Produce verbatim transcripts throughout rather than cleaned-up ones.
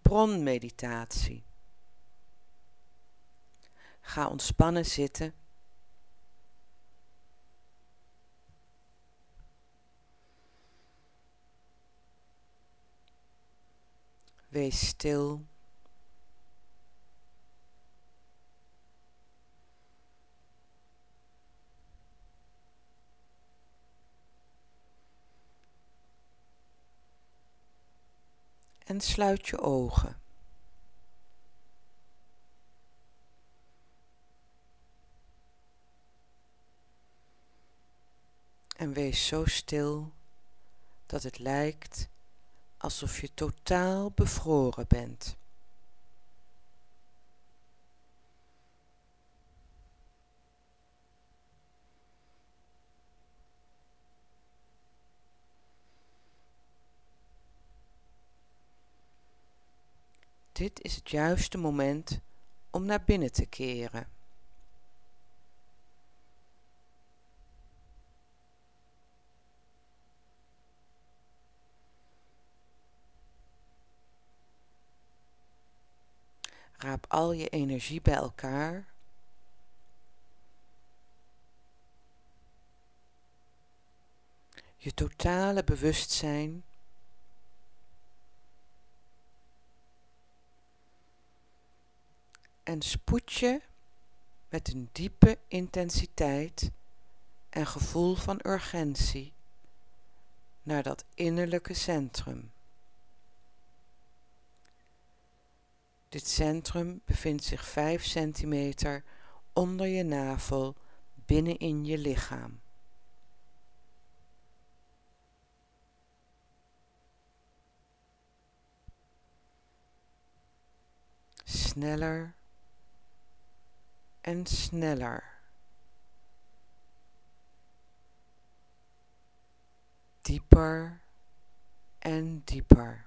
bronmeditatie. Ga ontspannen zitten. Wees stil. En sluit je ogen. En wees zo stil dat het lijkt alsof je totaal bevroren bent. Dit is het juiste moment om naar binnen te keren. Raap al je energie bij elkaar. Je totale bewustzijn. En spoed je met een diepe intensiteit en gevoel van urgentie naar dat innerlijke centrum. Dit centrum bevindt zich vijf centimeter onder je navel binnenin je lichaam. Sneller en sneller. Dieper en dieper.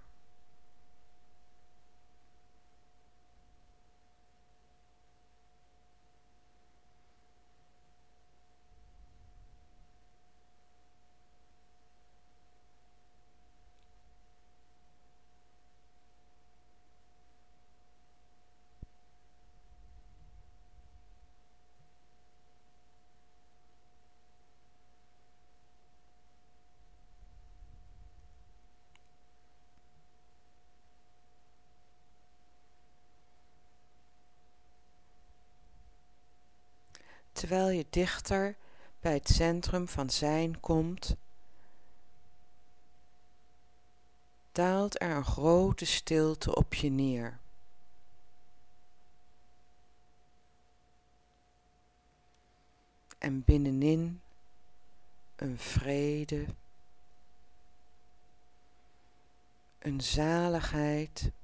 Terwijl je dichter bij het centrum van zijn komt, daalt er een grote stilte op je neer. En binnenin een vrede, een zaligheid,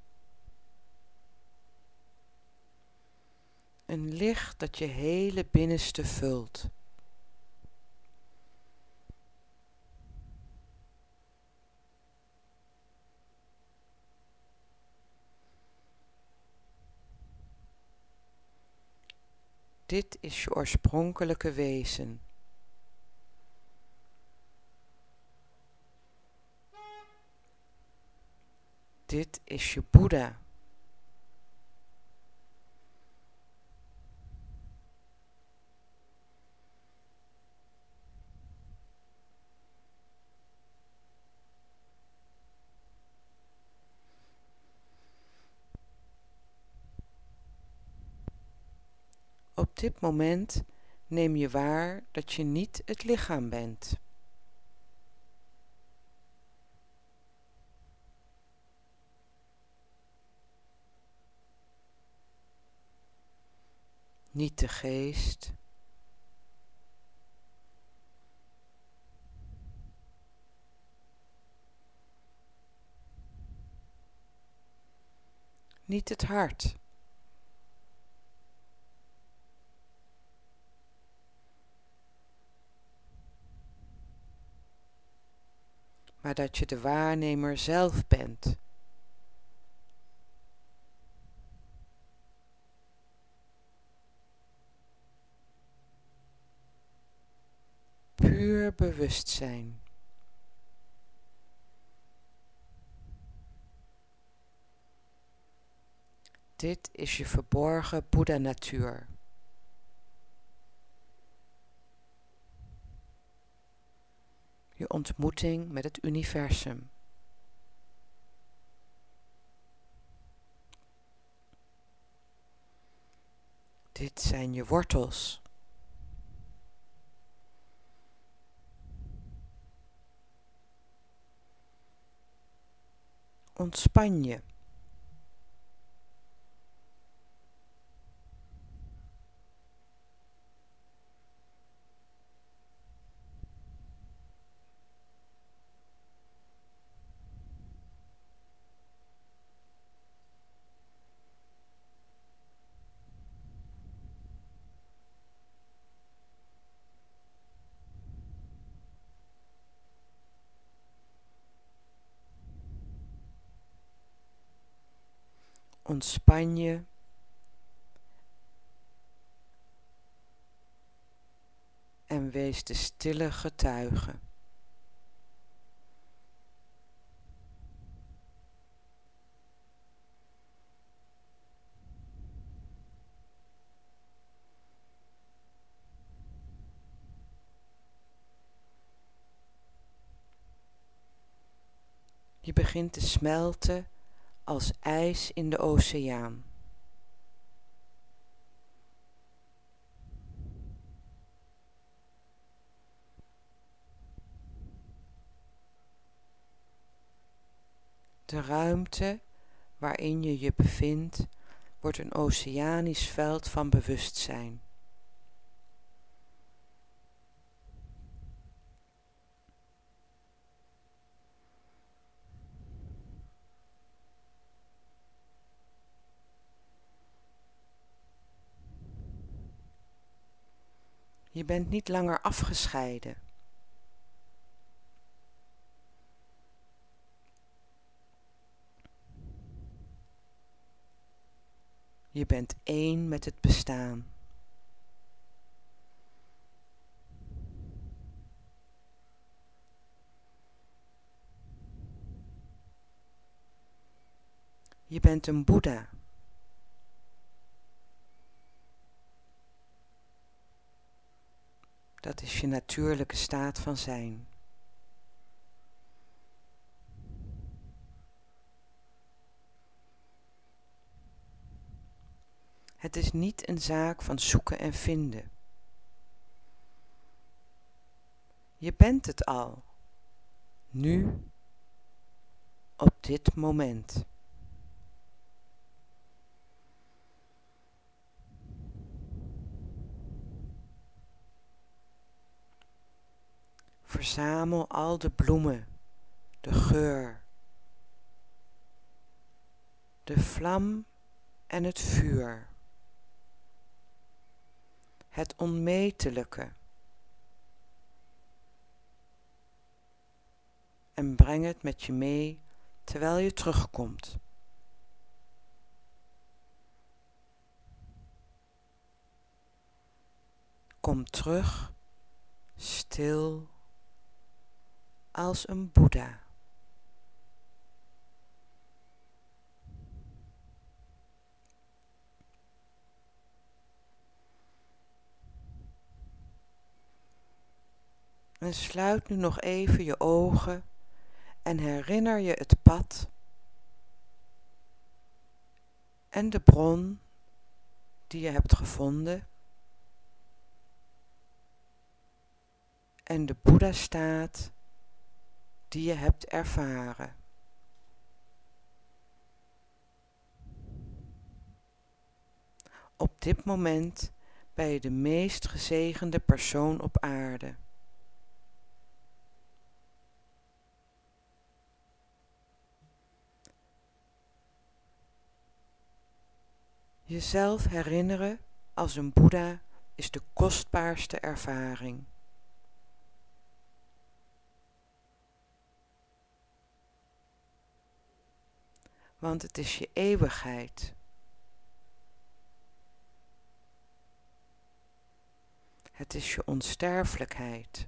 een licht dat je hele binnenste vult. Dit is je oorspronkelijke wezen. Dit is je Boeddha. Op dit moment neem je waar dat je niet het lichaam bent. Niet de geest. Niet het hart. Maar dat je de waarnemer zelf bent. Puur bewustzijn. Dit is je verborgen Boeddha-natuur. Je ontmoeting met het universum. Dit zijn je wortels. Ontspan je. Ontspan je en wees de stille getuige. Je begint te smelten als ijs in de oceaan. De ruimte waarin je je bevindt wordt een oceanisch veld van bewustzijn. Je bent niet langer afgescheiden. Je bent één met het bestaan. Je bent een Boeddha. Dat is je natuurlijke staat van zijn. Het is niet een zaak van zoeken en vinden. Je bent het al, nu, op dit moment. Verzamel al de bloemen, de geur, de vlam en het vuur. Het onmetelijke. En breng het met je mee terwijl je terugkomt. Kom terug, stil, als een Boeddha. En sluit nu nog even je ogen en herinner je het pad en de bron die je hebt gevonden en de Boeddha-staat die je hebt ervaren. Op dit moment ben je de meest gezegende persoon op aarde. Jezelf herinneren als een Boeddha is de kostbaarste ervaring. Want het is je eeuwigheid. Het is je onsterfelijkheid.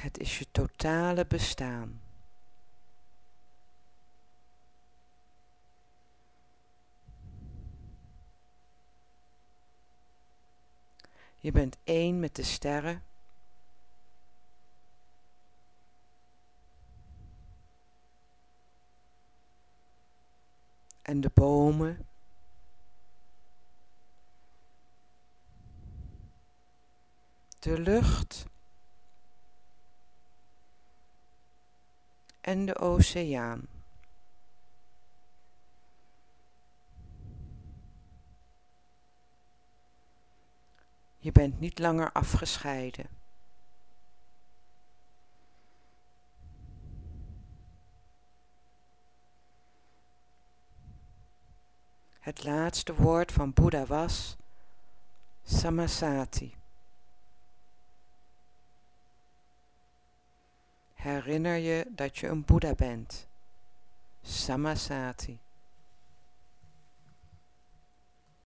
Het is je totale bestaan. Je bent één met de sterren en de bomen, de lucht en de oceaan. Je bent niet langer afgescheiden. Het laatste woord van Boeddha was Sammasati. Herinner je dat je een Boeddha bent. Sammasati.